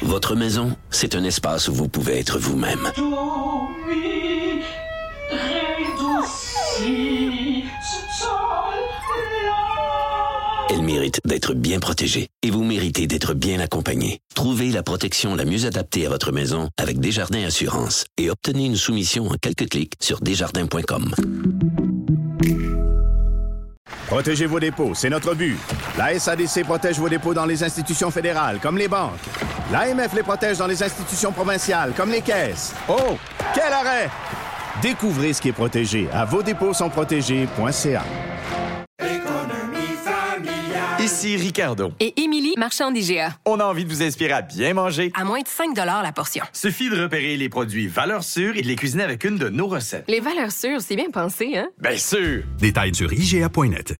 Votre maison, c'est un espace où vous pouvez être vous-même. Elle mérite d'être bien protégée et vous méritez d'être bien accompagné. Trouvez la protection la mieux adaptée à votre maison avec Desjardins Assurance et obtenez une soumission en quelques clics sur desjardins.com. Protégez vos dépôts, c'est notre but. La SADC protège vos dépôts dans les institutions fédérales, comme les banques. L'AMF les protège dans les institutions provinciales, comme les caisses. Oh, quel arrêt! Découvrez ce qui est protégé à vosdépôtssontprotégés.ca. Ici Ricardo. Et Émilie, marchand d'IGA. On a envie de vous inspirer à bien manger. À moins de 5 $ la portion. Suffit de repérer les produits valeurs sûres et de les cuisiner avec une de nos recettes. Les valeurs sûres, c'est bien pensé, hein? Bien sûr! Détails sur IGA.net.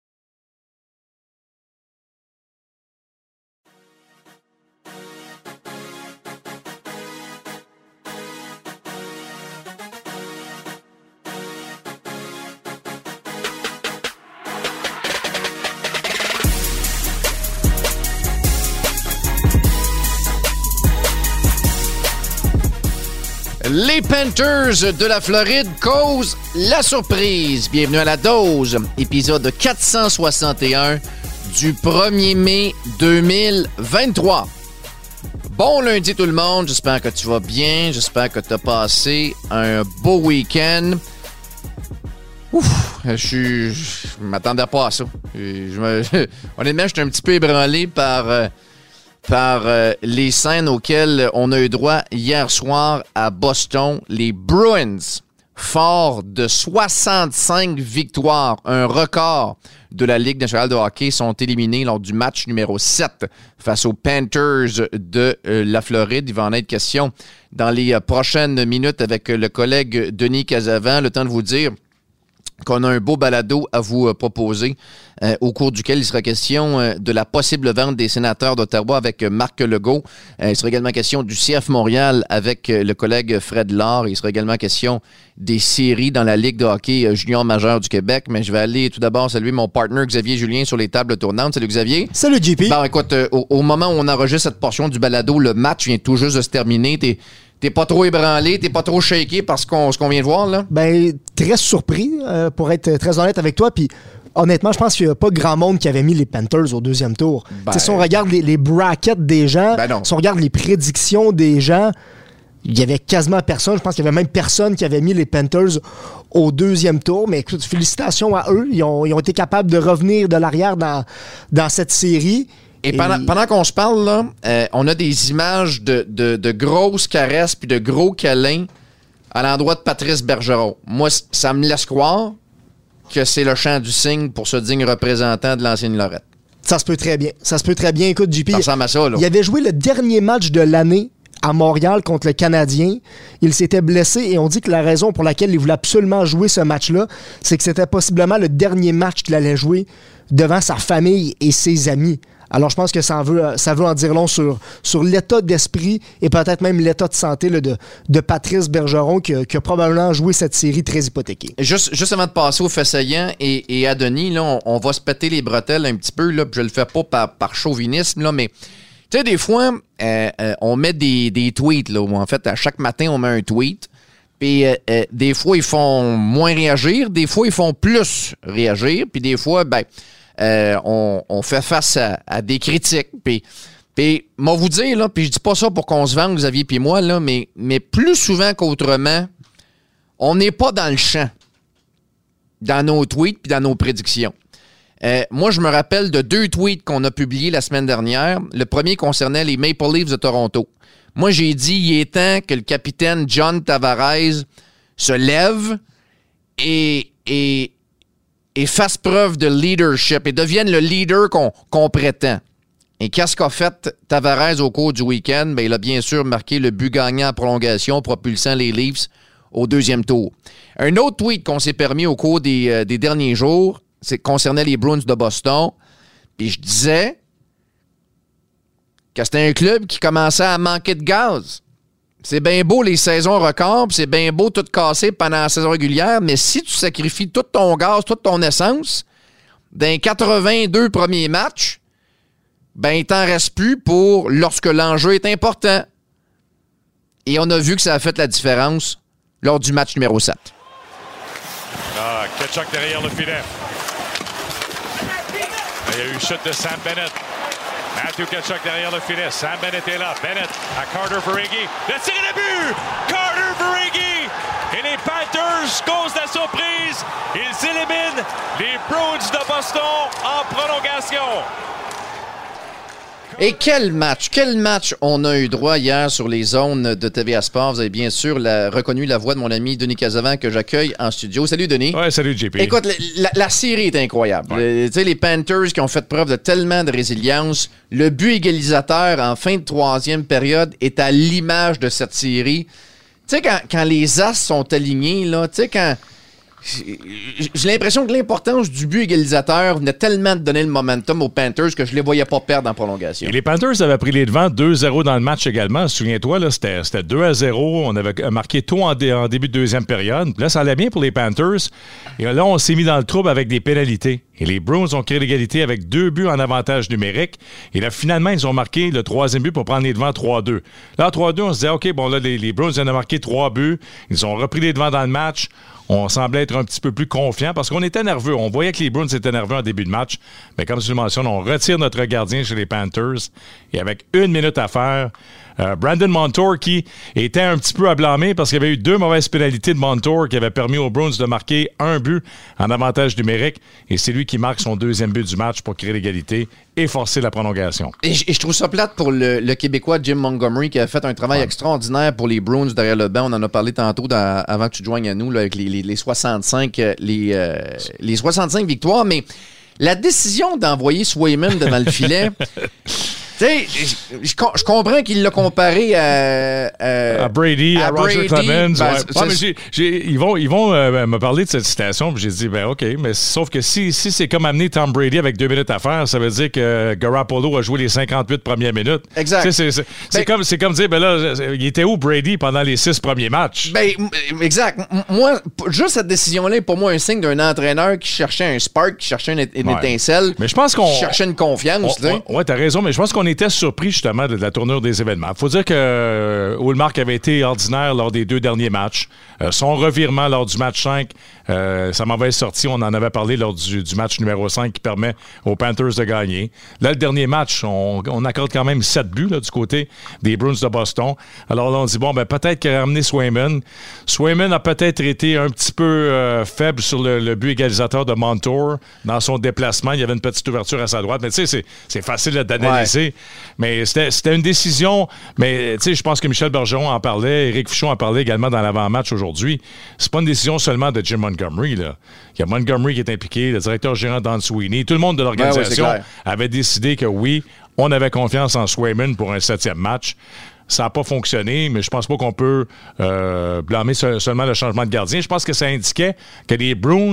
Les Panthers de la Floride causent la surprise. Bienvenue à La Dose, épisode 461 du 1er mai 2023. Bon lundi tout le monde, j'espère que tu vas bien, j'espère que tu as passé un beau week-end. Ouf, je m'attendais pas à ça. Honnêtement, j'étais un petit peu ébranlé par les scènes auxquelles on a eu droit hier soir à Boston. Les Bruins, forts de 65 victoires, un record de la Ligue nationale de hockey, sont éliminés lors du match numéro 7 face aux Panthers de la Floride. Il va en être question dans les prochaines minutes avec le collègue Denis Casavant. Le temps de vous dire qu'on a un beau balado à vous proposer au cours duquel il sera question de la possible vente des Sénateurs d'Ottawa avec Marc Legault. Il sera également question du CF Montréal avec le collègue Fred Lard. Il sera également question des séries dans la Ligue de hockey junior majeur du Québec. Mais je vais aller tout d'abord saluer mon partner Xavier Julien sur les tables tournantes. Salut Xavier. Salut JP. Bon, écoute, au moment où on enregistre cette portion du balado, le match vient tout juste de se terminer. T'es pas trop ébranlé, t'es pas trop shaké par ce qu'on vient de voir, là? Ben, très surpris, pour être très honnête avec toi. Puis, honnêtement, je pense qu'il n'y a pas grand monde qui avait mis les Panthers au deuxième tour. Ben, si on regarde les brackets des gens, si on regarde les prédictions des gens, il y avait quasiment personne. Je pense qu'il y avait même personne qui avait mis les Panthers au deuxième tour. Mais écoute, félicitations à eux. Ils ont été capables de revenir de l'arrière dans cette série. Et pendant qu'on se parle, là, on a des images de grosses caresses puis de gros câlins à l'endroit de Patrice Bergeron. Moi, ça me laisse croire que c'est le chant du cygne pour ce digne représentant de l'ancienne Lorette. Ça se peut très bien. Ça se peut très bien. Écoute, JP, ça ressemble à ça, là. Il avait joué le dernier match de l'année à Montréal contre le Canadien. Il s'était blessé et on dit que la raison pour laquelle il voulait absolument jouer ce match-là, c'est que c'était possiblement le dernier match qu'il allait jouer devant sa famille et ses amis. Alors, je pense que ça veut en dire long sur l'état d'esprit et peut-être même l'état de santé là, de Patrice Bergeron qui a probablement joué cette série très hypothéquée. Juste avant de passer au fait saillant et à Denis, là, on va se péter les bretelles un petit peu. Là, je le fais pas par chauvinisme, là, mais tu sais, des fois, on met des tweets. Là, où en fait, à chaque matin, on met un tweet. Puis des fois, ils font moins réagir. Des fois, ils font plus réagir. Puis des fois, on fait face à des critiques. Puis moi, vous dire, là, puis je dis pas ça pour qu'on se vende, Xavier puis moi, là, mais plus souvent qu'autrement, on n'est pas dans le champ dans nos tweets puis dans nos prédictions. Moi, je me rappelle de 2 tweets qu'on a publiés la semaine dernière. Le premier concernait les Maple Leafs de Toronto. Moi, j'ai dit, il est temps que le capitaine John Tavares se lève et fasse preuve de leadership et devienne le leader qu'on prétend. Et qu'est-ce qu'a fait Tavares au cours du week-end? Il a bien sûr marqué le but gagnant en prolongation, propulsant les Leafs au deuxième tour. Un autre tweet qu'on s'est permis au cours des derniers jours, concernait les Bruins de Boston. Puis je disais que c'était un club qui commençait à manquer de gaz. C'est bien beau les saisons records, puis c'est bien beau tout casser pendant la saison régulière, mais si tu sacrifies tout ton gaz, toute ton essence, dans les 82 premiers matchs, il t'en reste plus pour lorsque l'enjeu est important. Et on a vu que ça a fait la différence lors du match numéro 7. Tkachuk derrière le filet. Il y a eu chute de Sam Bennett. Matthew Tkachuk derrière le filet. Sam Bennett est là. Bennett à Carter Verhaeghe. Le tir de but! Carter Verhaeghe! Et les Panthers causent la surprise. Ils éliminent les Bruins de Boston en prolongation. Et quel match on a eu droit hier sur les zones de TVA Sport. Vous avez bien sûr reconnu la voix de mon ami Denis Casavant que j'accueille en studio. Salut Denis. Ouais, salut JP. Écoute, la série est incroyable. Ouais. Les Panthers qui ont fait preuve de tellement de résilience. Le but égalisateur en fin de troisième période est à l'image de cette série. Tu sais, quand les as sont alignés, là, tu sais, quand... J'ai l'impression que l'importance du but égalisateur venait tellement de donner le momentum aux Panthers que je les voyais pas perdre en prolongation. Et les Panthers avaient pris les devants 2-0 dans le match également. Souviens-toi, là, c'était 2-0. On avait marqué tout en début de deuxième période. Là, ça allait bien pour les Panthers. Et là, on s'est mis dans le trouble avec des pénalités. Et les Bruins ont créé l'égalité avec 2 buts en avantage numérique. Et là, finalement, ils ont marqué le 3e but pour prendre les devants 3-2. Là, 3-2, on se disait, OK, bon, là, les Bruins viennent de marquer 3 buts. Ils ont repris les devants dans le match. On semblait être un petit peu plus confiant parce qu'on était nerveux. On voyait que les Bruins étaient nerveux en début de match. Mais comme tu le mentionnes, on retire notre gardien chez les Panthers. Et avec 1 minute à faire, Brandon Montour qui était un petit peu à blâmer parce qu'il y avait eu 2 mauvaises pénalités de Montour qui avaient permis aux Bruins de marquer 1 but en avantage numérique. Et c'est lui qui marque son 2e but du match pour créer l'égalité et forcer la prolongation. Et je trouve ça plate pour le Québécois Jim Montgomery qui a fait un travail extraordinaire pour les Bruins derrière le banc. On en a parlé tantôt avant que tu te joignes à nous là, avec les 65 victoires. Mais la décision d'envoyer Swayman devant le filet... Tu sais, je comprends qu'il l'a comparé à Brady, à Roger Clemens. Ben, mais ils vont me parler de cette citation. J'ai dit, ben OK, mais sauf que si c'est comme amener Tom Brady avec 2 minutes à faire, ça veut dire que Garoppolo a joué les 58 premières minutes. Exact. C'est comme dire, ben là, il était où Brady pendant les 6 premiers matchs? Ben, exact. Moi, juste cette décision-là est pour moi un signe d'un entraîneur qui cherchait un spark, qui cherchait une étincelle, mais je pense qu'on qui cherchait une confiance. Ouais, t'as raison, mais je pense qu'on était surpris justement de la tournure des événements. Il faut dire que Ullmark avait été ordinaire lors des 2 derniers matchs. Son revirement lors du match 5, sa mauvaise sortie, on en avait parlé lors du match numéro 5 qui permet aux Panthers de gagner. Là, le dernier match, on accorde quand même 7 buts là, du côté des Bruins de Boston. Alors là, on dit, bon, ben peut-être qu'il a ramené Swayman. Swayman a peut-être été un petit peu faible sur le but égalisateur de Montour dans son déplacement. Il y avait une petite ouverture à sa droite. Mais tu sais, c'est facile d'analyser. Ouais. Mais c'était une décision. Mais tu sais, je pense que Michel Bergeron en parlait, Éric Fichon en parlait également dans l'avant-match aujourd'hui. C'est pas une décision seulement de Jim Montgomery, là. Il y a Montgomery qui est impliqué, le directeur gérant Don Sweeney. Tout le monde de l'organisation avait décidé que oui, on avait confiance en Swayman pour un 7e match. Ça n'a pas fonctionné, mais je pense pas qu'on peut blâmer seulement le changement de gardien. Je pense que ça indiquait que les Bruins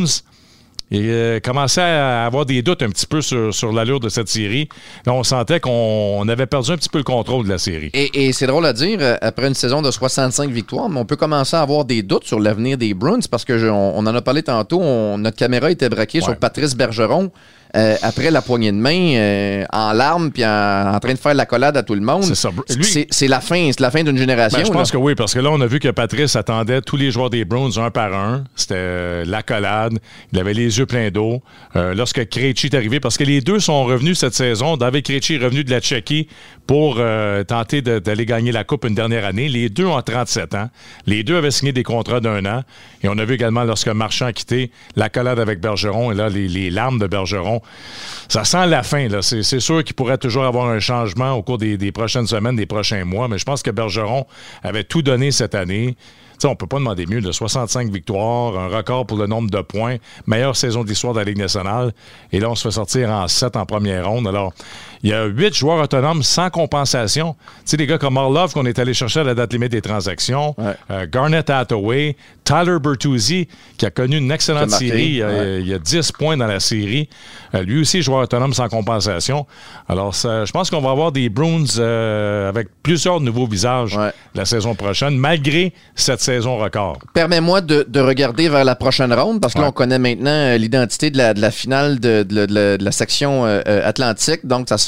commençaient à avoir des doutes un petit peu sur l'allure de cette série. Là, on sentait qu'on avait perdu un petit peu le contrôle de la série. Et c'est drôle à dire, après une saison de 65 victoires, mais on peut commencer à avoir des doutes sur l'avenir des Bruins parce que on en a parlé tantôt, notre caméra était braquée sur Patrice Bergeron. Après la poignée de main, en larmes puis en train de faire l'accolade à tout le monde. C'est ça. C'est la fin d'une génération. Ben, je pense que oui, parce que là, on a vu que Patrice attendait tous les joueurs des Browns un par un. C'était l'accolade. Il avait les yeux pleins d'eau. Lorsque Krejci est arrivé, parce que les deux sont revenus cette saison. David Krejci est revenu de la Tchéquie pour tenter d'aller gagner la Coupe une dernière année. Les deux ont 37 ans. Les deux avaient signé des contrats d'1 an. Et on a vu également, lorsque Marchand a quitté, l'accolade avec Bergeron. Et là, les larmes de Bergeron. Ça sent la fin, là. C'est sûr qu'il pourrait toujours avoir un changement au cours des prochaines semaines, des prochains mois, mais je pense que Bergeron avait tout donné cette année. T'sais, on ne peut pas demander mieux. 65 victoires, un record pour le nombre de points, meilleure saison de l'histoire de la Ligue nationale. Et là, on se fait sortir en 7 en première ronde. Alors, il y a 8 joueurs autonomes sans compensation. Tu sais, des gars comme Orlov qu'on est allé chercher à la date limite des transactions, Garnett Hathaway, Tyler Bertuzzi, qui a connu une excellente série. Il y a 10 points dans la série. Lui aussi, joueur autonome sans compensation. Alors, je pense qu'on va avoir des Bruins avec plusieurs nouveaux visages la saison prochaine, malgré cette saison record. Permets-moi de regarder vers la prochaine ronde, parce que là, on connaît maintenant l'identité de la finale de la section Atlantique. Donc, ça sera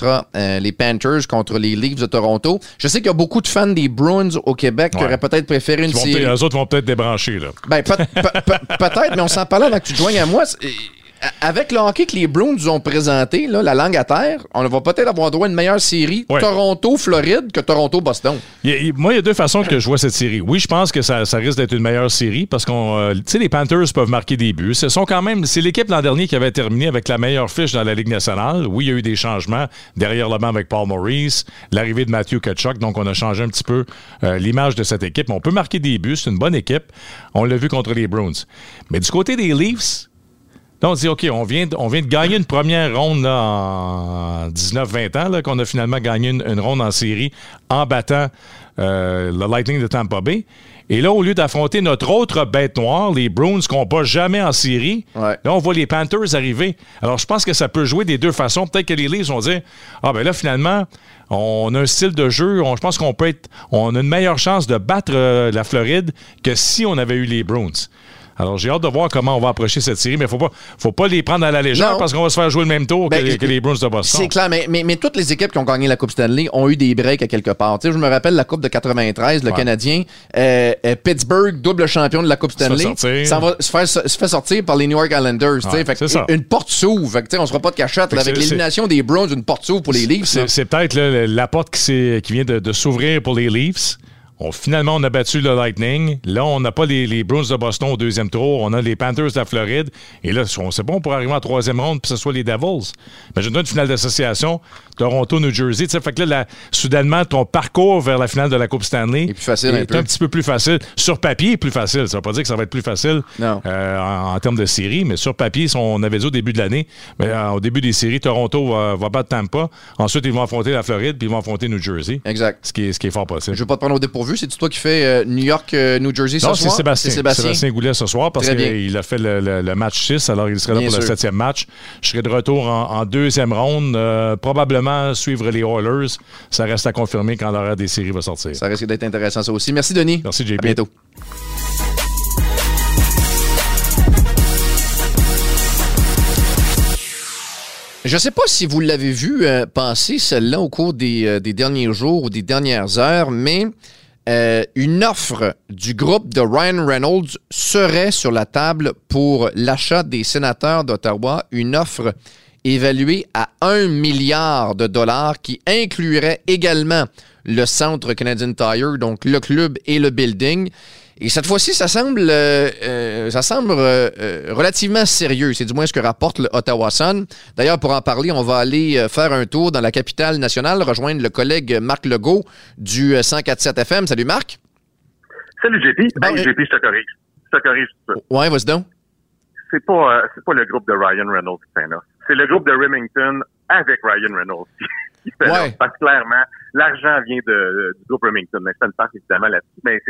affrontera les Panthers contre les Leafs de Toronto. Je sais qu'il y a beaucoup de fans des Bruins au Québec qui auraient peut-être préféré une série. Eux autres vont peut-être débrancher, là. Ben, peut-être, mais on s'en parlait avant que tu te joignes à moi. Avec le hockey que les Bruins nous ont présenté, là, la langue à terre, on va peut-être avoir droit à une meilleure série Toronto-Floride que Toronto-Boston. Moi, il y a deux façons que je vois cette série. Oui, je pense que ça risque d'être une meilleure série parce qu'on, tu sais, les Panthers peuvent marquer des buts. C'est l'équipe l'an dernier qui avait terminé avec la meilleure fiche dans la Ligue nationale. Oui, il y a eu des changements derrière le banc avec Paul Maurice, l'arrivée de Matthew Tkachuk, donc on a changé un petit peu l'image de cette équipe. Mais on peut marquer des buts, c'est une bonne équipe. On l'a vu contre les Bruins. Mais du côté des Leafs, là, on se dit, OK, on vient de gagner une première ronde là, en 19-20 ans, là, qu'on a finalement gagné une ronde en série en battant le Lightning de Tampa Bay. Et là, au lieu d'affronter notre autre bête noire, les Bruins, qu'on bat jamais en série, là, on voit les Panthers arriver. Alors, je pense que ça peut jouer des deux façons. Peut-être que les Leafs vont dire, ben là, finalement, on a un style de jeu, je pense on a une meilleure chance de battre la Floride que si on avait eu les Bruins. Alors, j'ai hâte de voir comment on va approcher cette série, mais faut pas les prendre à la légère parce qu'on va se faire jouer le même tour que les Bruins de Boston. C'est clair, mais toutes les équipes qui ont gagné la Coupe Stanley ont eu des breaks à quelque part. Tu sais, je me rappelle la Coupe de 93, le Canadien, Pittsburgh, double champion de la Coupe Stanley, se fait sortir par les New York Islanders. Une porte s'ouvre. Fait que, on ne se fera pas de cachette. Avec l'élimination des Browns, une porte s'ouvre pour les Leafs. C'est peut-être la porte qui vient de s'ouvrir pour les Leafs. Finalement, on a battu le Lightning. Là, on n'a pas les Bruins de Boston au deuxième tour. On a les Panthers de la Floride. Et là, on sait pas, on pourrait arriver en troisième ronde puis que ce soit les Devils. Imagine-toi une finale d'association, Toronto-New Jersey. Fait que là, soudainement, ton parcours vers la finale de la Coupe Stanley est un petit peu plus facile. Sur papier, plus facile. Ça ne veut pas dire que ça va être plus facile en termes de série, mais sur papier, on avait dit au début de l'année, mais au début des séries, Toronto va battre Tampa. Ensuite, ils vont affronter la Floride puis ils vont affronter New Jersey. Exact. Ce qui est fort possible. Je ne veux pas te prendre au dépourvu. C'est toi qui fais New York, New Jersey ce soir? Non, c'est Sébastien Goulet ce soir parce qu'il a fait le match 6, alors il serait là pour le 7e match. Je serai de retour en deuxième ronde, probablement suivre les Oilers. Ça reste à confirmer quand l'horaire des séries va sortir. Ça risque d'être intéressant ça aussi. Merci Denis. Merci JP. À bientôt. Je ne sais pas si vous l'avez vu passer, celle-là, au cours des derniers jours ou des dernières heures, mais une offre du groupe de Ryan Reynolds serait sur la table pour l'achat des sénateurs d'Ottawa, une offre évaluée à 1 milliard de dollars qui inclurait également le Centre Canadian Tire, donc le club et le building. Et cette fois-ci, ça semble relativement sérieux. C'est du moins ce que rapporte le Ottawa Sun. D'ailleurs, pour en parler, on va aller faire un tour dans la capitale nationale, rejoindre le collègue Marc Legault du 104.7 FM. Salut Marc. Salut JP. JP, je te corrige. Ouais, vas-y donc. C'est pas le groupe de Ryan Reynolds qui fait là. C'est le groupe de Remington avec Ryan Reynolds qui fait là. Parce que clairement, l'argent vient du groupe Remington. Mais ça ne passe évidemment là-dessus. Mais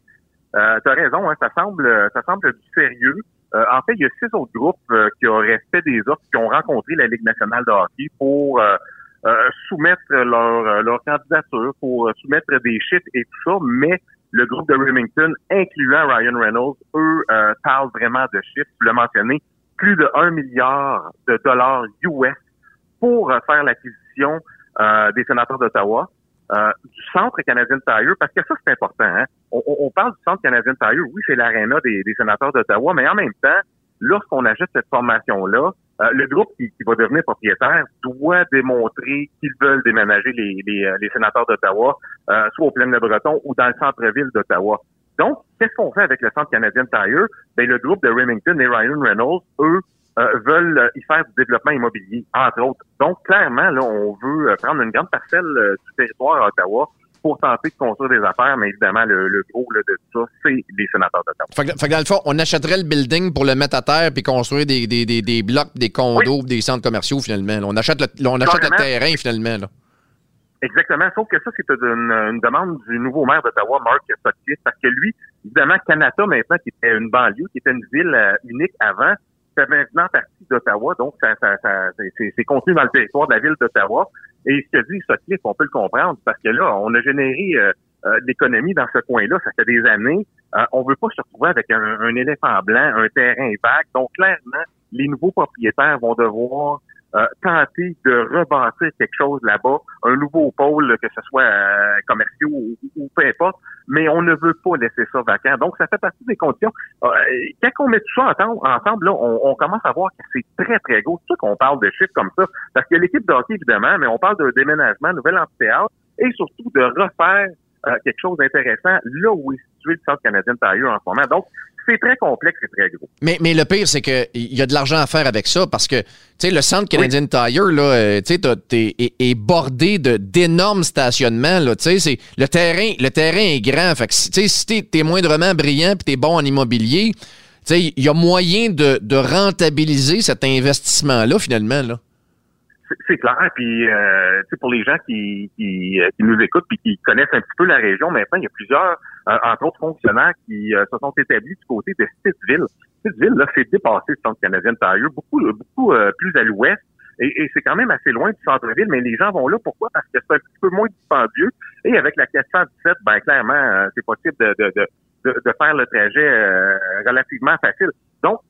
t'as raison, hein, ça semble du sérieux. En fait, il y a 6 autres groupes qui auraient fait des offres, qui ont rencontré la Ligue nationale de hockey pour soumettre leur candidature, pour soumettre des chiffres et tout ça, mais le groupe de Remington, incluant Ryan Reynolds, eux, parlent vraiment de chiffres. Tu l'as mentionné, plus de 1 milliard de dollars US pour faire l'acquisition des sénateurs d'Ottawa. Du Centre Canadian Tire, parce que ça, c'est important. Hein? On parle du Centre Canadian Tire, oui, c'est l'aréna des sénateurs d'Ottawa, mais en même temps, lorsqu'on achète cette formation-là, le groupe qui va devenir propriétaire doit démontrer qu'ils veulent déménager les sénateurs d'Ottawa, soit au Plaine-le-Breton ou dans le centre-ville d'Ottawa. Donc, qu'est-ce qu'on fait avec le Centre Canadian Tire? Ben, le groupe de Remington et Ryan Reynolds, eux, veulent y faire du développement immobilier, entre autres. Donc, clairement, là, on veut prendre une grande parcelle du territoire à Ottawa pour tenter de construire des affaires, mais évidemment, le gros là, de tout ça, c'est les sénateurs d'Ottawa. Fait que dans le fond, on achèterait le building pour le mettre à terre puis construire des blocs, des condos, des centres commerciaux, finalement. Là, on achète le terrain, finalement. Là. Exactement, sauf que ça, c'est une demande du nouveau maire d'Ottawa, Mark Sutcliffe, parce que lui, évidemment, Canada, maintenant, qui était une banlieue, qui était une ville unique avant, c'est maintenant partie d'Ottawa, donc c'est contenu dans le territoire de la ville d'Ottawa. Et ce que dit Sutcliffe, on peut le comprendre, parce que là, on a généré de l'économie dans ce coin-là, ça fait des années. On veut pas se retrouver avec un éléphant blanc, un terrain vague. Donc, clairement, les nouveaux propriétaires vont devoir tenter de rebâtir quelque chose là-bas, un nouveau pôle, que ce soit commerciaux ou peu importe, mais on ne veut pas laisser ça vacant. Donc, ça fait partie des conditions. Quand on met tout ça ensemble, là, on commence à voir que c'est très, très gros. C'est sûr qu'on parle de chiffres comme ça, parce qu'il y a l'équipe de hockey, évidemment, mais on parle de déménagement, nouvel amphithéâtre, et surtout de refaire quelque chose d'intéressant là où est situé le Centre Canadien Tire en ce moment. Donc, c'est très complexe et très gros. Mais le pire, c'est qu'il y a de l'argent à faire avec ça parce que, tu sais, le Centre Canadien Tire, là, tu sais, est bordé d'énormes stationnements, là, tu sais, le terrain est grand. Fait que, tu sais, si t'es moindrement brillant puis t'es bon en immobilier, tu sais, il y a moyen de rentabiliser cet investissement-là, finalement, là. C'est clair, puis pour les gens qui nous écoutent puis qui connaissent un petit peu la région, maintenant, il y a plusieurs, entre autres fonctionnaires qui se sont établis du côté de Stittsville. Stittsville, là, c'est dépassé le Centre Canadien Tire, beaucoup plus à l'ouest, et c'est quand même assez loin du centre-ville, mais les gens vont là, pourquoi? Parce que c'est un petit peu moins dispendieux, et avec la 417, ben clairement, c'est possible de faire le trajet relativement facile. Donc,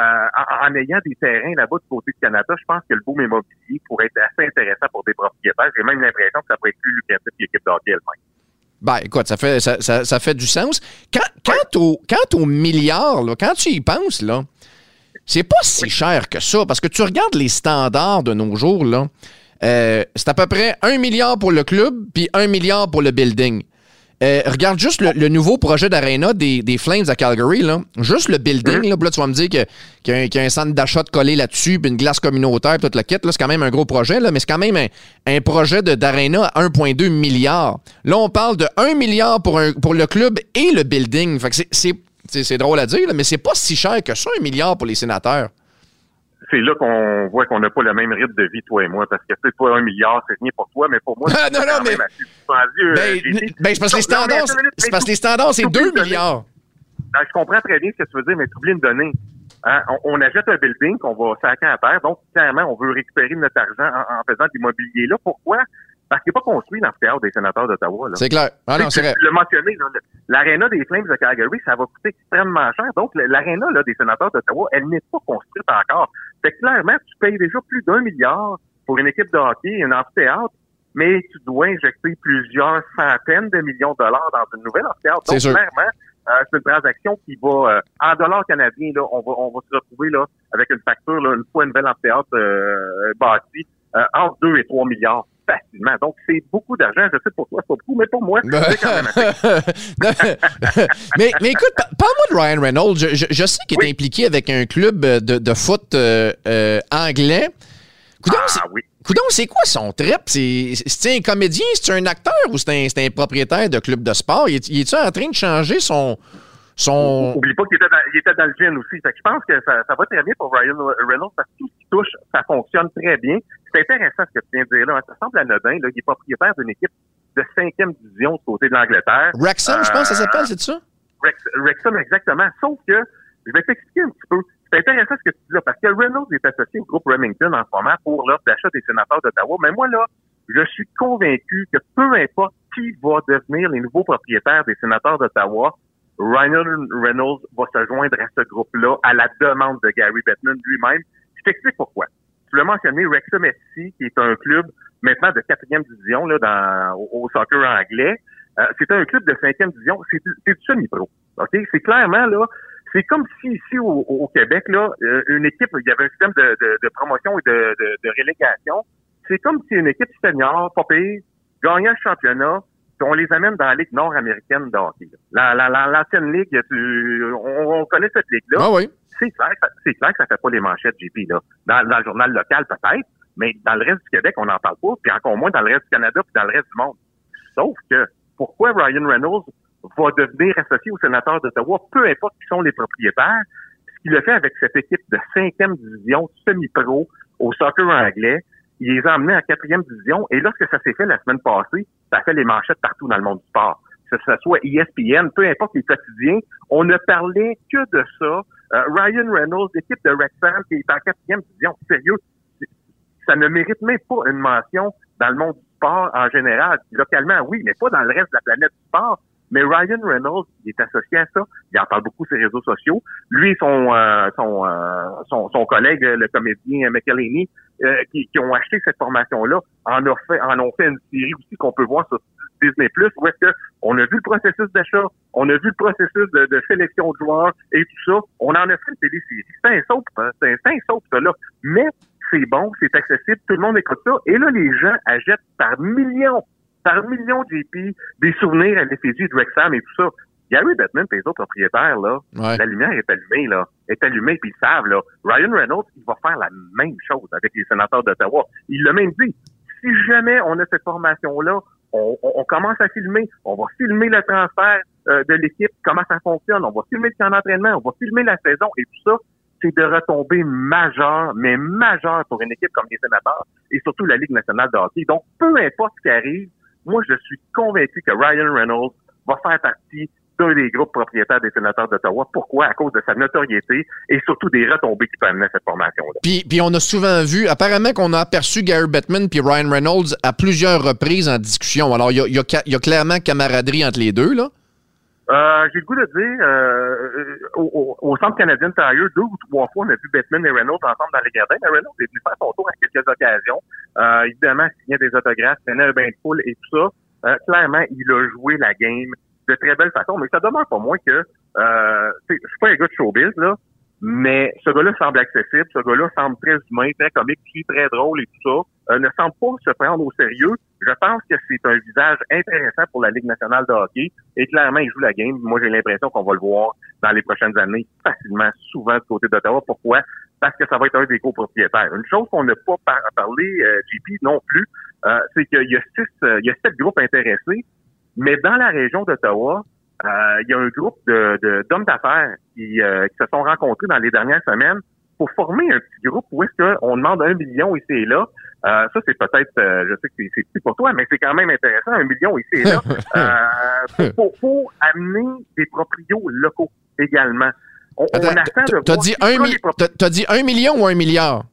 en ayant des terrains là-bas du côté du Canada, je pense que le boom immobilier pourrait être assez intéressant pour des propriétaires. J'ai même l'impression que ça pourrait être plus lucratif que l'équipe de hockey elle-même. Ben, écoute, ça fait du sens. Quant aux milliards, là, quand tu y penses, là, c'est pas si cher que ça, parce que tu regardes les standards de nos jours, là, c'est à peu près 1 milliard pour le club, puis 1 milliard pour le building. Regarde juste le nouveau projet d'aréna des Flames à Calgary, là. Juste le building, là, tu vas me dire qu'il y a un centre d'achat de collé là-dessus, puis une glace communautaire, toute la kit, là, c'est quand même un gros projet, là, mais c'est quand même un projet d'aréna à 1,2 milliard. Là, on parle de 1 milliard pour le club et le building. Fait que c'est drôle à dire, là, mais c'est pas si cher que ça, 1 milliard pour les sénateurs. C'est là qu'on voit qu'on n'a pas le même rythme de vie, toi et moi, parce que c'est pas 1 milliard, c'est rien pour toi, mais pour moi, c'est quand même assez dispendieux. C'est parce que les standards, c'est 2 milliards. Ben, je comprends très bien ce que tu veux dire, mais tu oublies une donnée. Hein? On achète un building qu'on va saquer à terre, donc clairement, on veut récupérer notre argent en faisant de l'immobilier là. Pourquoi? Parce qu'il n'est pas construit l'amphithéâtre des sénateurs d'Ottawa. Là. C'est clair. Ah non, c'est vrai. Tu l'as mentionné, là, l'aréna des Flames de Calgary, ça va coûter extrêmement cher. Donc, l'aréna là, des sénateurs d'Ottawa, elle n'est pas construite encore. Fait que clairement, tu payes déjà plus d'1 milliard pour une équipe de hockey, un amphithéâtre, mais tu dois injecter plusieurs centaines de millions de dollars dans une nouvelle amphithéâtre. Donc, clairement, c'est une transaction qui va, en dollars canadiens, là, on va se retrouver là avec une facture, là, une fois une nouvelle amphithéâtre bâtie, entre 2 et 3 milliards. Facilement. Donc, c'est beaucoup d'argent. Je sais pour toi, c'est pas beaucoup, mais pour moi, c'est quand même assez. mais écoute, parle-moi de Ryan Reynolds. Je sais qu'il est impliqué avec un club de foot anglais. Coudonc, c'est quoi son trip? C'est un comédien? C'est un acteur ou c'est un propriétaire de club de sport? Il est-tu en train de changer son... Oublie pas qu'il était dans le gym aussi. Fait que je pense que ça va très bien pour Ryan Reynolds parce que tout ce qui touche, ça fonctionne très bien. C'est intéressant ce que tu viens de dire là. Ça semble anodin. Là. Il est propriétaire d'une équipe de 5e division du côté de l'Angleterre. Wrexham, je pense que ça s'appelle, c'est ça? Wrexham, exactement. Sauf que, je vais t'expliquer un petit peu. C'est intéressant ce que tu dis là, parce que Reynolds est associé au groupe Remington en ce moment pour l'offre d'achat des sénateurs d'Ottawa. Mais moi, là, je suis convaincu que peu importe qui va devenir les nouveaux propriétaires des sénateurs d'Ottawa, Ryan Reynolds va se joindre à ce groupe-là à la demande de Gary Bettman lui-même. Je t'explique pourquoi. Tu l'as mentionné, Wrexham FC, qui est un club maintenant de 4e division là, au soccer anglais. C'est un club de 5e division. C'est du semi-pro. OK? C'est clairement, là, c'est comme si ici au Québec, là, une équipe, il y avait un système de promotion et de relégation. C'est comme si une équipe senior, pas pire, gagnait le championnat, puis on les amène dans la Ligue nord-américaine de hockey. L'ancienne Ligue, on connaît cette Ligue-là. Ah oui. C'est clair que ça fait pas les manchettes, JP, là. Dans le journal local, peut-être, mais dans le reste du Québec, on n'en parle pas, puis encore moins dans le reste du Canada puis dans le reste du monde. Sauf que, pourquoi Ryan Reynolds va devenir associé aux sénateurs d'Ottawa, peu importe qui sont les propriétaires, ce qu'il a fait avec cette équipe de 5e division semi-pro au soccer anglais, il les a emmenés en 4e division, et lorsque ça s'est fait la semaine passée, ça a fait les manchettes partout dans le monde du sport. Que ce soit ESPN, peu importe les quotidiens, on ne parlait que de ça. Ryan Reynolds, l'équipe de Wrexham, qui est en 4e division, sérieux, ça ne mérite même pas une mention dans le monde du sport en général. Localement, oui, mais pas dans le reste de la planète du sport. Mais Ryan Reynolds, il est associé à ça. Il en parle beaucoup sur les réseaux sociaux. Lui et son collègue, le comédien McElhaney, qui ont acheté cette formation-là, en ont fait une série aussi qu'on peut voir sur Disney+, où est-ce que on a vu le processus d'achat, on a vu le processus de sélection de joueurs et tout ça. On en a fait une télésérie. C'est un soap, ça, là. Mais c'est bon, c'est accessible, tout le monde écoute ça. Et là, les gens achètent par millions, JP, des souvenirs à l'effigie de Wrexham et tout ça. Gary Bettman et les autres propriétaires, là, la lumière est allumée, là. Puis ils savent, là. Ryan Reynolds, il va faire la même chose avec les Sénateurs d'Ottawa. Il l'a même dit. Si jamais on a cette formation-là, on commence à filmer. On va filmer le transfert de l'équipe, comment ça fonctionne. On va filmer le camp d'entraînement. On va filmer la saison et tout ça. C'est de retombées majeures, mais majeures pour une équipe comme les Sénateurs et surtout la Ligue nationale de hockey. Donc, peu importe ce qui arrive, moi, je suis convaincu que Ryan Reynolds va faire partie d'un des groupes propriétaires des Sénateurs d'Ottawa. Pourquoi? À cause de sa notoriété et surtout des retombées qui peuvent amener à cette formation-là. Puis on a souvent vu, apparemment qu'on a aperçu Gary Bettman puis Ryan Reynolds à plusieurs reprises en discussion. Alors, il y a clairement camaraderie entre les deux, là? J'ai le goût de dire, au Centre canadien de Tire, 2 ou 3 fois, on a vu Bettman et Reynolds ensemble dans les gradins. Reynolds est venu faire son tour à quelques occasions. Évidemment, signait des autographes, tenait un bain de foule et tout ça. Clairement, il a joué la game de très belle façon, mais ça demeure pas moins que, je suis pas un gars de showbiz, là, mais ce gars-là semble accessible, ce gars-là semble très humain, très comique, puis très drôle et tout ça, ne semble pas se prendre au sérieux. Je pense que c'est un visage intéressant pour la Ligue nationale de hockey, et clairement, il joue la game. Moi, j'ai l'impression qu'on va le voir dans les prochaines années, facilement, souvent, du côté d'Ottawa. Pourquoi? Parce que ça va être un des copropriétaires. Une chose qu'on n'a pas parlé, JP, non plus, c'est qu'il y a 7 groupes intéressés. Mais dans la région d'Ottawa, il y a un groupe d'hommes d'affaires qui se sont rencontrés dans les dernières semaines pour former un petit groupe où est-ce qu'on demande 1 million ici et là. Ça, c'est peut-être, je sais que c'est petit pour toi, mais c'est quand même intéressant, 1 million ici et là, pour amener des proprios locaux également. Attends, on attend de voir... T'as dit 1 million ou 1 milliard?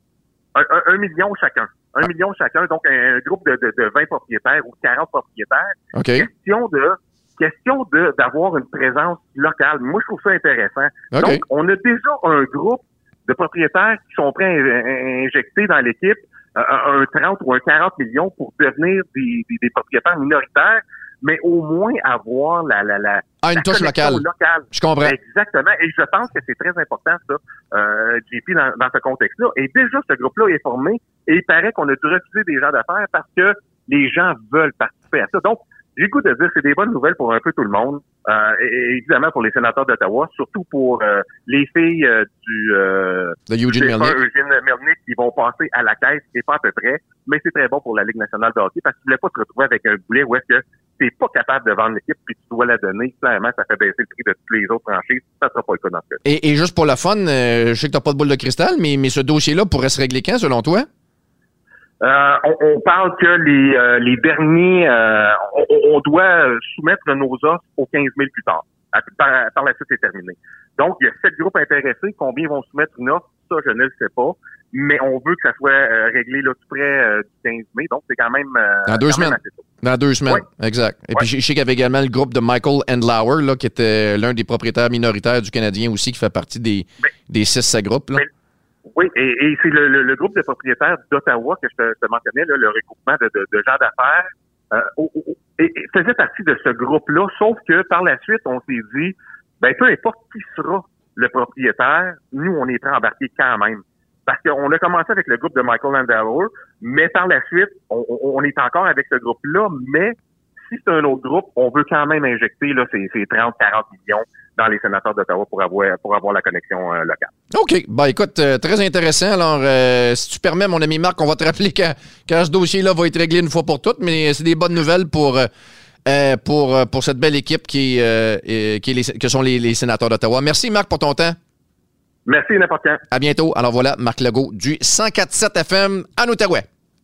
1 million chacun. 1 million chacun, donc un groupe de 20 propriétaires ou 40 propriétaires. Okay. Question d'avoir une présence locale. Moi, je trouve ça intéressant. Okay. Donc, on a déjà un groupe de propriétaires qui sont prêts à injecter dans l'équipe un 30 ou un 40 millions pour devenir des propriétaires minoritaires, mais au moins avoir une touche locale. Je comprends. Exactement. Et je pense que c'est très important, ça, JP, dans ce contexte-là. Et déjà, ce groupe-là est formé et il paraît qu'on a dû refuser des gens d'affaires parce que les gens veulent participer à ça. Donc, j'ai le goût de dire que c'est des bonnes nouvelles pour un peu tout le monde. Et évidemment pour les Sénateurs d'Ottawa, surtout pour les filles de Eugene Melnyk qui vont passer à la caisse et pas à peu près. Mais c'est très bon pour la Ligue nationale de hockey parce que tu voulais pas te retrouver avec un boulet où est-ce que t'es pas capable de vendre l'équipe puis tu dois la donner. Clairement, ça fait baisser le prix de toutes les autres franchises. Ça sera pas le cas dans ce cas. Et juste pour le fun, je sais que t'as pas de boule de cristal, mais ce dossier-là pourrait se régler quand, selon toi? On parle que les derniers, on doit soumettre nos offres au 15 000 plus tard. Par la suite, c'est terminé. Donc, il y a 7 groupes intéressés. Combien vont soumettre une offre? Ça, je ne le sais pas. Mais on veut que ça soit réglé là tout près du 15 mai. Donc, c'est quand même... Dans 2 semaines. Dans 2 semaines, oui. Exact. Et puis, je sais qu'il y avait également le groupe de Michael Andlauer, là, qui était l'un des propriétaires minoritaires du Canadien aussi, qui fait partie des 6 groupes. Là. Oui, et c'est le groupe de propriétaires d'Ottawa que je te mentionnais, là, le regroupement de gens d'affaires, et faisait partie de ce groupe-là, sauf que par la suite, on s'est dit, peu importe qui sera le propriétaire, nous, on est prêts à embarquer quand même. Parce qu'on a commencé avec le groupe de Michael Andlauer, mais par la suite, on est encore avec ce groupe-là, mais si c'est un autre groupe, on veut quand même injecter là, ces 30-40 millions dans les Sénateurs d'Ottawa pour avoir la connexion locale. OK. Écoute, très intéressant. Alors, si tu permets, mon ami Marc, on va te rappeler quand ce dossier-là va être réglé une fois pour toutes, mais c'est des bonnes nouvelles pour cette belle équipe que sont les Sénateurs d'Ottawa. Merci, Marc, pour ton temps. Merci, n'importe quand. À bientôt. Alors voilà, Marc Legault du 104.7 FM en Outaouais.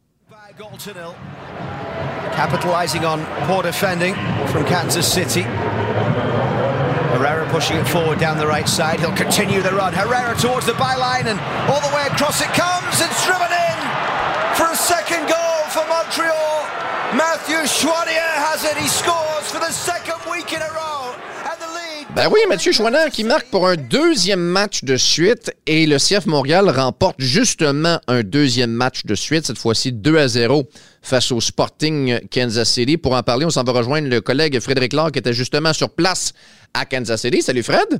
Capitalizing on poor defending from Kansas City. Herrera pushing it forward down the right side. He'll continue the run. Herrera towards the byline and all the way across it comes. It's driven in for a second goal for Montreal. Matthew Choinière has it. He scores for the second week in a row. And the lead... Ben oui, Mathieu Choinière qui marque pour un deuxième match de suite et le CF Montréal remporte justement un deuxième match de suite, cette fois-ci 2-0 face au Sporting Kansas City. Pour en parler, on s'en va rejoindre le collègue Frédéric Laure qui était justement sur place à Kansas City. Salut Fred!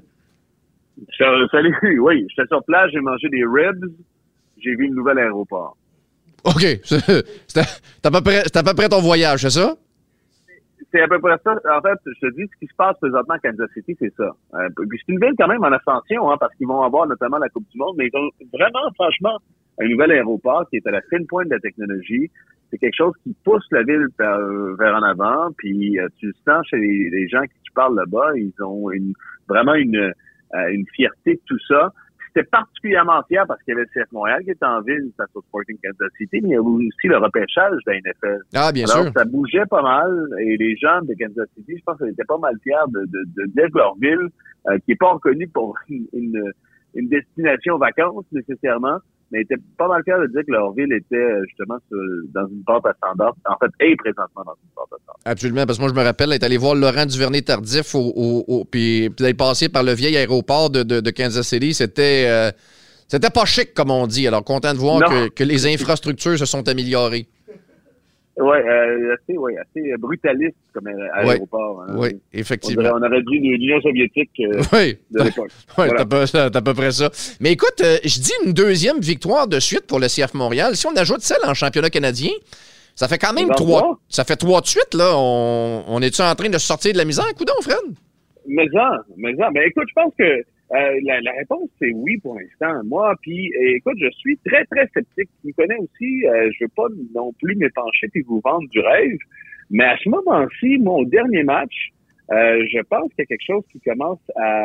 Salut, oui, j'étais sur place, j'ai mangé des ribs, j'ai vu le nouvel aéroport. OK, c'est à peu près ton voyage, c'est ça? C'est à peu près ça. En fait, je te dis, ce qui se passe présentement à Kansas City, c'est ça. Puis c'est une ville quand même en ascension, parce qu'ils vont avoir notamment la Coupe du Monde, mais ils ont vraiment, franchement, un nouvel aéroport qui est à la fine pointe de la technologie. C'est quelque chose qui pousse la ville vers en avant, puis tu le sens chez les gens qui tu parles là-bas, ils ont vraiment une fierté de tout ça. C'était particulièrement fier parce qu'il y avait le CF Montréal qui était en ville face au Sporting Kansas City, mais il y a aussi le repêchage de la NFL. Ah, bien Alors, sûr. ça bougeait pas mal et les gens de Kansas City, je pense qu'ils étaient pas mal fiers de dire que leur ville, qui est pas reconnue pour une destination vacances nécessairement, mais étaient pas mal fiers de dire que leur ville était justement dans une pente ascendante. En fait, est présentement dans une pente ascendante. Absolument, parce que moi, je me rappelle être allé voir Laurent Duvernay-Tardif puis d'être passé par le vieil aéroport de Kansas City. C'était pas chic, comme on dit. Alors, content de voir que les infrastructures se sont améliorées. Oui, assez brutaliste comme aéroport. Oui, effectivement. On aurait dit l'Union soviétique de l'époque. Oui, Voilà. c'est à peu près ça. Mais écoute, je dis une deuxième victoire de suite pour le CF Montréal. Si on ajoute celle en championnat canadien, ça fait quand même 3. Ça fait 3 de suite, là. On est-tu en train de sortir de la misère, coudonc, Fred? Mais écoute, je pense que la réponse, c'est oui pour l'instant. Moi, puis écoute, je suis très, très sceptique. Tu me connais aussi, je veux pas non plus m'épancher puis vous vendre du rêve. Mais à ce moment-ci, mon dernier match, je pense qu'il y a quelque chose qui commence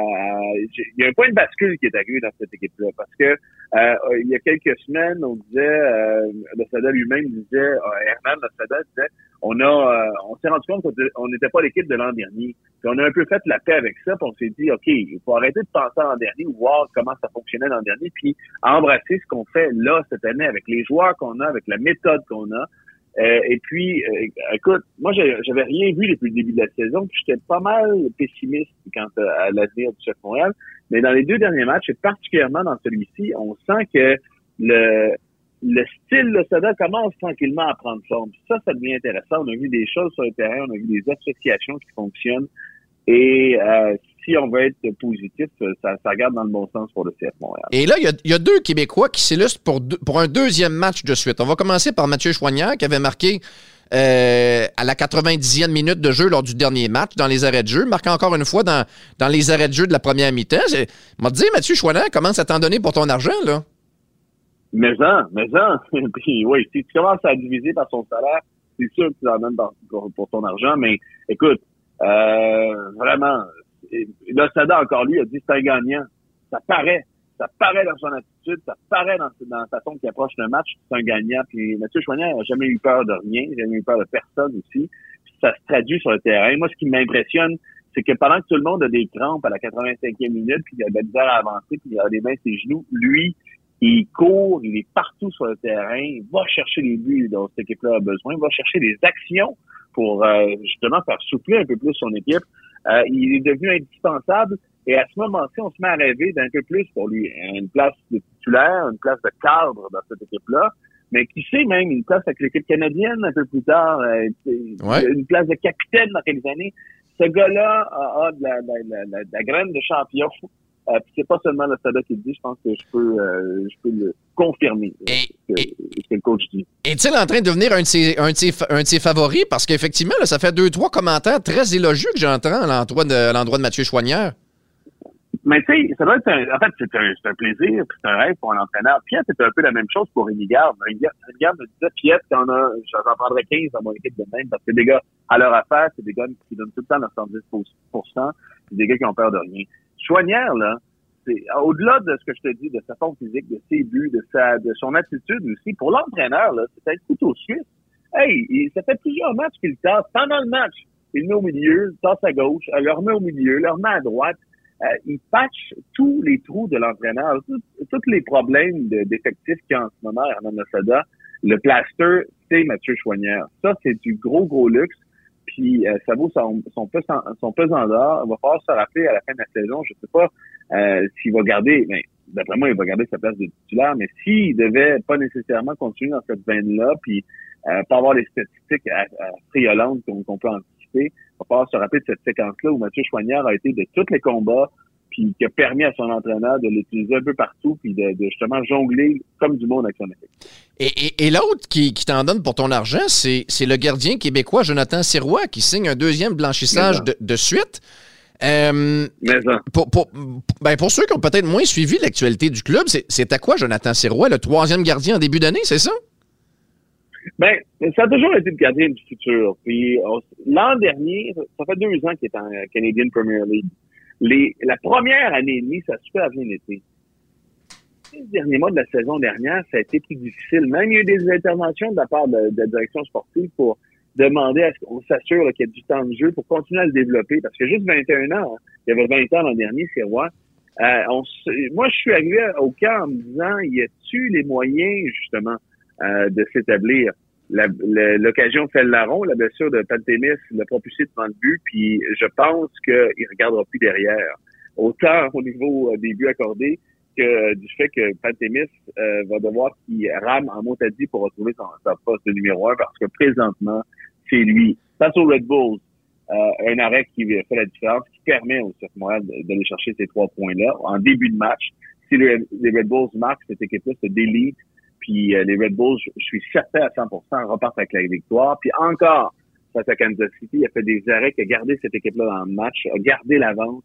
il y a un point de bascule qui est arrivé dans cette équipe-là. Parce que il y a quelques semaines, on disait, le Sada lui-même disait, Herman, le Sada disait, on s'est rendu compte qu'on n'était pas l'équipe de l'an dernier. Puis on a un peu fait la paix avec ça, puis on s'est dit, OK, il faut arrêter de penser à l'an dernier ou voir comment ça fonctionnait l'an dernier, puis embrasser ce qu'on fait là, cette année, avec les joueurs qu'on a, avec la méthode qu'on a. Et puis, écoute, moi, j'avais rien vu depuis le début de la saison, puis j'étais pas mal pessimiste quant à l'avenir du CF Montréal. Mais dans les 2 derniers matchs, et particulièrement dans celui-ci, on sent que le style de Sada commence tranquillement à prendre forme. Ça devient intéressant. On a vu des choses sur le terrain, on a vu des associations qui fonctionnent. Et si on veut être positif, ça regarde dans le bon sens pour le CF Montréal. Et là, il y a 2 Québécois qui s'illustrent pour un deuxième match de suite. On va commencer par Mathieu Choinière qui avait marqué à la 90e minute de jeu lors du dernier match, dans les arrêts de jeu. Marque encore une fois dans les arrêts de jeu de la première mi-temps. M'a dit, Mathieu Choinière, comment ça t'en donner pour ton argent, là? Mais Puis oui, si tu commences à diviser par son salaire, c'est sûr que tu en donnes pour ton argent. Mais écoute, vraiment, le Sada encore lui a dit c'est un gagnant. Ça paraît dans son attitude, ça paraît dans la façon qu'il approche le match, c'est un gagnant. Puis Mathieu Choinière n'a jamais eu peur de rien, jamais eu peur de personne aussi. Puis ça se traduit sur le terrain. Moi, ce qui m'impressionne, c'est que pendant que tout le monde a des crampes à la 85e minute, puis il a de la misère à avancer, puis il a les mains sur ses genoux, lui, il court, il est partout sur le terrain, il va chercher les buts dont cette équipe-là a besoin, il va chercher des actions pour justement faire souffler un peu plus son équipe. Il est devenu indispensable et à ce moment-ci, on se met à rêver d'un peu plus pour lui. Une place de titulaire, une place de cadre dans cette équipe-là, mais qui sait même une place avec l'équipe canadienne un peu plus tard, une place de capitaine dans quelques années. Ce gars-là a de la graine de champion. Puis c'est pas seulement le Sada qui le dit, je pense que je peux le confirmer, ce que le coach dit. Est-il en train de devenir un de ses favoris? Parce qu'effectivement, là, ça fait 2-3 commentaires très élogieux que j'entends à l'endroit de Mathieu Choinière. Mais tu sais, ça doit être en fait, c'est un plaisir, puis c'est un rêve pour un entraîneur. Piette, c'est un peu la même chose pour Rémi Garde. Rémi Garde me disait, Piette, j'en prendrais 15 dans mon équipe de même, parce que c'est des gars à leur affaire, c'est des gars qui donnent tout le temps leur 110%, c'est des gars qui ont peur de rien. Choinière, là, c'est au-delà de ce que je te dis, de sa forme physique, de ses buts, de son attitude aussi, pour l'entraîneur, là, c'est un couteau suisse. Hey, ça fait plusieurs matchs qu'il tasse. Pendant le match, il le met au milieu, il tasse à gauche, le remet au milieu, le remet à droite. Il patche tous les trous de l'entraîneur, tous les problèmes d'effectifs qu'il y a en ce moment, Hernan Losada. Le plaster, c'est Mathieu Choinière. Ça, c'est du gros luxe. Puis ça vaut son pesant d'or. Il va falloir se rappeler à la fin de la saison. Je sais pas s'il va garder, mais d'après moi, il va garder sa place de titulaire, mais s'il devait pas nécessairement continuer dans cette veine-là, puis pas avoir les statistiques friolantes qu'on peut anticiper, il va falloir se rappeler de cette séquence-là où Mathieu Choinière a été de tous les combats, puis qui a permis à son entraîneur de l'utiliser un peu partout, puis de justement jongler comme du monde avec son équipe. Et l'autre qui t'en donne pour ton argent, c'est le gardien québécois Jonathan Sirois qui signe un deuxième blanchissage de suite. Pour ceux qui ont peut-être moins suivi l'actualité du club, c'est à quoi Jonathan Sirois, le troisième gardien en début d'année, c'est ça? Ben, ça a toujours été le gardien du futur. Puis l'an dernier, ça fait 2 ans qu'il est en Canadian Premier League. La première année et demie, ça a super bien été. Les derniers mois de la saison dernière, ça a été plus difficile. Même il y a eu des interventions de la part de la direction sportive pour demander à ce qu'on s'assure qu'il y ait du temps de jeu pour continuer à le développer. Parce que juste 21 ans, il y avait 20 ans l'an dernier, c'est roi. Moi, je suis arrivé au camp en me disant, y a-tu les moyens, justement, de s'établir? L'occasion fait le larron, la blessure de Pantémis l'a propulsé devant le but, puis je pense qu'il ne regardera plus derrière. Autant au niveau des buts accordés que du fait que Pantémis va devoir qu'il rame en motadie pour retrouver sa poste de numéro 1, parce que présentement, c'est lui. Face aux Red Bulls, un arrêt qui fait la différence, qui permet au CF Montréal d'aller chercher ces 3 points-là. En début de match, si les Red Bulls marquent, cette équipe-là se délite. Puis les Red Bulls, je suis certain à 100%, repartent avec la victoire. Puis encore, face à Kansas City, il a fait des arrêts qui a gardé cette équipe-là dans le match, a gardé l'avance.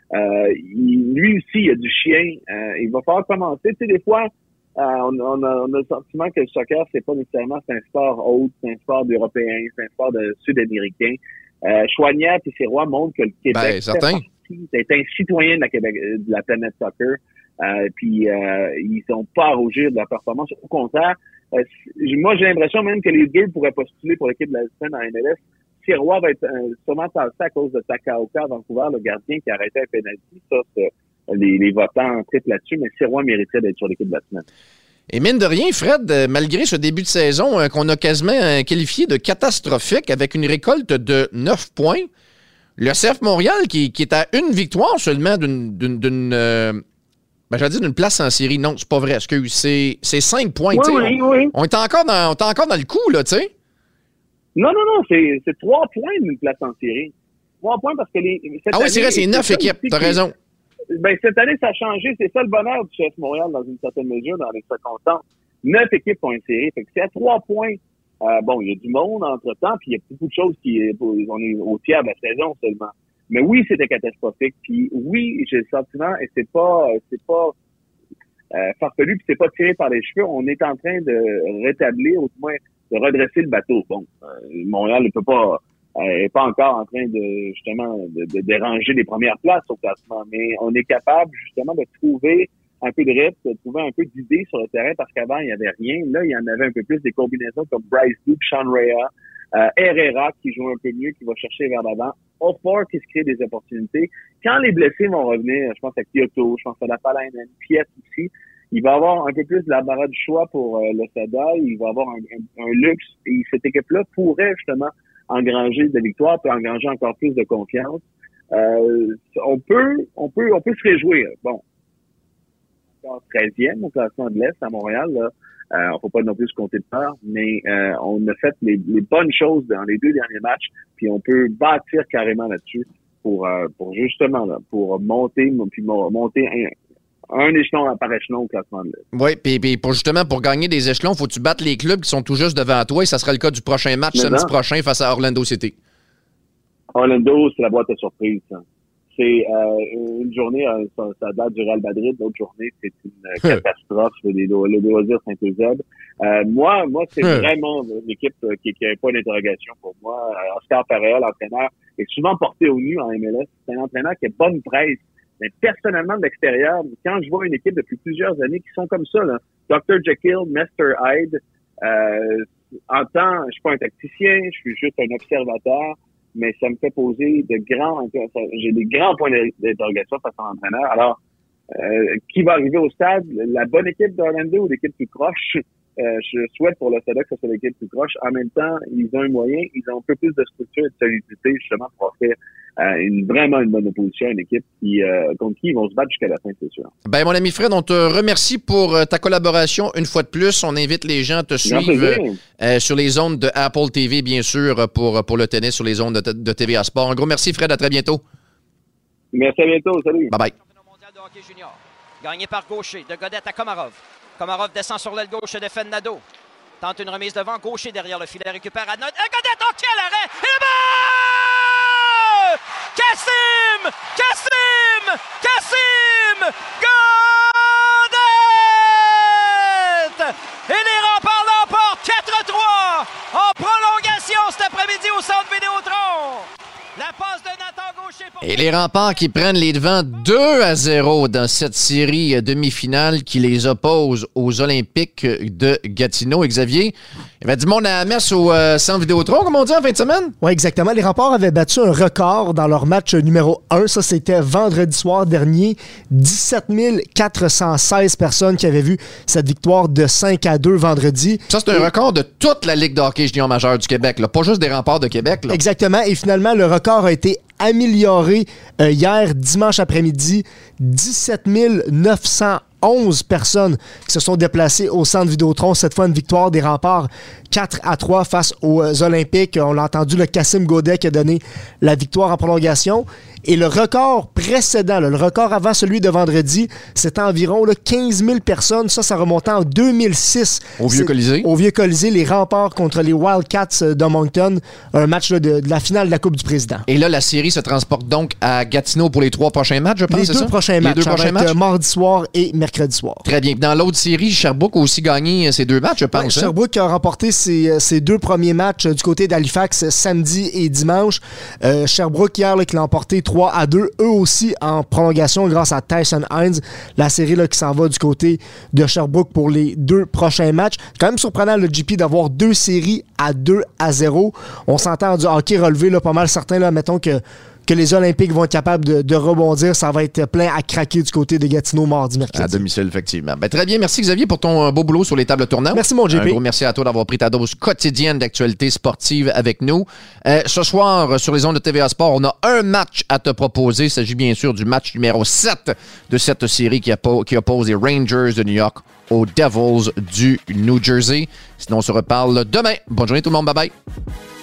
Lui aussi, il a du chien. Il va falloir commencer. Tu sais, des fois, on a le sentiment que le soccer, c'est pas nécessairement c'est un sport haut, c'est un sport d'Européens, c'est un sport de Sud-Américains. Choinière et Sirois montrent que le Québec est un citoyen de la planète soccer. Puis ils sont pas à rougir de la performance. Au contraire, moi j'ai l'impression même que les deux pourraient postuler pour l'équipe de la semaine en MLS. Sirois va être sûrement tassé à cause de Takaoka à Vancouver, le gardien qui a arrêté un penalty. Ça, les votants triplent là-dessus, mais Sirois mériterait d'être sur l'équipe de la semaine. Et mine de rien, Fred, malgré ce début de saison qu'on a quasiment qualifié de catastrophique avec une récolte de 9 points, le CF Montréal qui est à une victoire seulement d'une place en série. Non, c'est pas vrai. Est-ce que c'est 5 points? Oui. On est encore dans le coup, là, tu sais. Non, c'est 3 points d'une place en série. 3 points parce que c'est vrai, c'est 9 équipes. T'as raison. Ben, cette année, ça a changé. C'est ça le bonheur du CF Montréal dans une certaine mesure, dans les circonstances. 9 équipes ont une série. Fait que c'est à 3 points. Il y a du monde entre-temps, puis il y a beaucoup de choses on est au tiers de la saison seulement. Mais oui, c'était catastrophique. Puis oui, j'ai le sentiment, et c'est pas farfelu, puis c'est pas tiré par les cheveux. On est en train de rétablir, ou du moins de redresser le bateau. Bon, Montréal ne peut pas, est pas encore en train de justement de déranger les premières places au classement, mais on est capable justement de trouver un peu de rythme, de trouver un peu d'idées sur le terrain, parce qu'avant il y avait rien. Là, il y en avait un peu plus, des combinaisons comme Bryce Duke, Sean Rea, Herrera qui joue un peu mieux, qui va chercher vers l'avant, Offord qui se crée des opportunités. Quand les blessés vont revenir, je pense à Kyoto, je pense à Lapalainen, Piet aussi, il va avoir un peu plus de l'embarras du choix pour le Sada, il va avoir un luxe, et cette équipe-là pourrait justement engranger des victoires, puis engranger encore plus de confiance. On peut se réjouir. Bon, encore 13e au classement de l'Est à Montréal, là. On faut pas non plus se compter de peur, mais on a fait les bonnes choses dans les 2 derniers matchs, puis on peut bâtir carrément là-dessus pour justement là, pour monter un échelon par échelon au classement de l'Est. Oui, puis pour gagner des échelons, faut que tu battes les clubs qui sont tout juste devant toi, et ça sera le cas du prochain match samedi prochain face à Orlando City. Orlando, c'est la boîte à surprise. Hein. C'est une journée, ça date du Real Madrid, l'autre journée, c'est une catastrophe, le loisir Saint-Eusèbe. Moi, c'est vraiment une équipe qui n'a pas d'interrogation pour moi. Oscar Pareja, l'entraîneur, est souvent porté au nu en MLS. C'est un entraîneur qui a bonne presse. Mais personnellement, de l'extérieur, quand je vois une équipe depuis plusieurs années qui sont comme ça, là, Dr. Jekyll, Mr. Hyde, je suis pas un tacticien, je suis juste un observateur, mais ça me fait poser j'ai des grands points d'interrogation face à l'entraîneur. Alors, qui va arriver au stade? La bonne équipe d'Orlando ou l'équipe plus proche? je souhaite pour le Sada que ce soit l'équipe plus proche. En même temps, ils ont un moyen, ils ont un peu plus de structure et de solidité justement pour offrir vraiment une bonne opposition à une équipe contre qui ils vont se battre jusqu'à la fin, c'est sûr. Ben, mon ami Fred, on te remercie pour ta collaboration une fois de plus. On invite les gens à te suivre sur les ondes de Apple TV, bien sûr, pour le tennis, sur les ondes de TVA Sport. Un gros merci, Fred. À très bientôt. Merci, à bientôt. Salut. Bye-bye. Mondial de hockey junior. Gagné par Gaucher. De Godette à Komarov. Komarov descend sur l'aile gauche de Fennado. Tente une remise devant. Gaucher derrière le filet. Récupère à Godette. Oh, quel arrêt! Et bon! Kassim! Godette! Et les Remparts l'emportent 4-3 en prolongation cet après-midi au Centre Vidéotron. La passe de Nathan Gaucher. Et les Remparts qui prennent les devants 2-0 dans cette série demi-finale qui les oppose aux Olympiques de Gatineau. Et Xavier, il y avait du monde à la messe au Centre Vidéotron, comme on dit, en fin de semaine? Oui, exactement. Les Remparts avaient battu un record dans leur match numéro 1. Ça, c'était vendredi soir dernier. 17 416 personnes qui avaient vu cette victoire de 5-2 vendredi. Ça, c'est un record de toute la Ligue de hockey junior majeure du Québec, là. Pas juste des Remparts de Québec. Là. Exactement. Et finalement, le record a été amélioré hier, dimanche après-midi. 17 911 personnes qui se sont déplacées au Centre Vidéotron. Cette fois, une victoire des Remparts 4-3 face aux Olympiques. On l'a entendu, le Kassim Godet qui a donné la victoire en prolongation. Et le record précédent, le record avant celui de vendredi, c'était environ 15 000 personnes. Ça remontait en 2006. Au Vieux-Colisée. Au Vieux-Colisée, les Remparts contre les Wildcats de Moncton. Un match de la finale de la Coupe du Président. Et là, la série se transporte donc à Gatineau pour les 3 prochains matchs, je pense, c'est ça? Les deux prochains matchs. Mardi soir et mercredi soir. Très bien. Dans l'autre série, Sherbrooke a aussi gagné ses 2 matchs, je pense. Ouais, Sherbrooke a remporté ses 2 premiers matchs du côté d'Halifax samedi et dimanche. Sherbrooke hier qui l'a emporté 3-2, eux aussi en prolongation grâce à Tyson Hines. La série qui s'en va du côté de Sherbrooke pour les 2 prochains matchs. Quand même surprenant le GP d'avoir 2 séries à 2-0. On s'entend du hockey relevé pas mal certain, mettons que les Olympiques vont être capables de rebondir. Ça va être plein à craquer du côté de Gatineau mardi, mercredi. À domicile, effectivement. Ben, très bien. Merci, Xavier, pour ton beau boulot sur les tables tournantes. Merci, mon JP. Un gros merci à toi d'avoir pris ta dose quotidienne d'actualité sportive avec nous. Ce soir, sur les ondes de TVA Sport, on a un match à te proposer. Il s'agit bien sûr du match numéro 7 de cette série qui oppose les Rangers de New York aux Devils du New Jersey. Sinon, on se reparle demain. Bonne journée tout le monde. Bye-bye.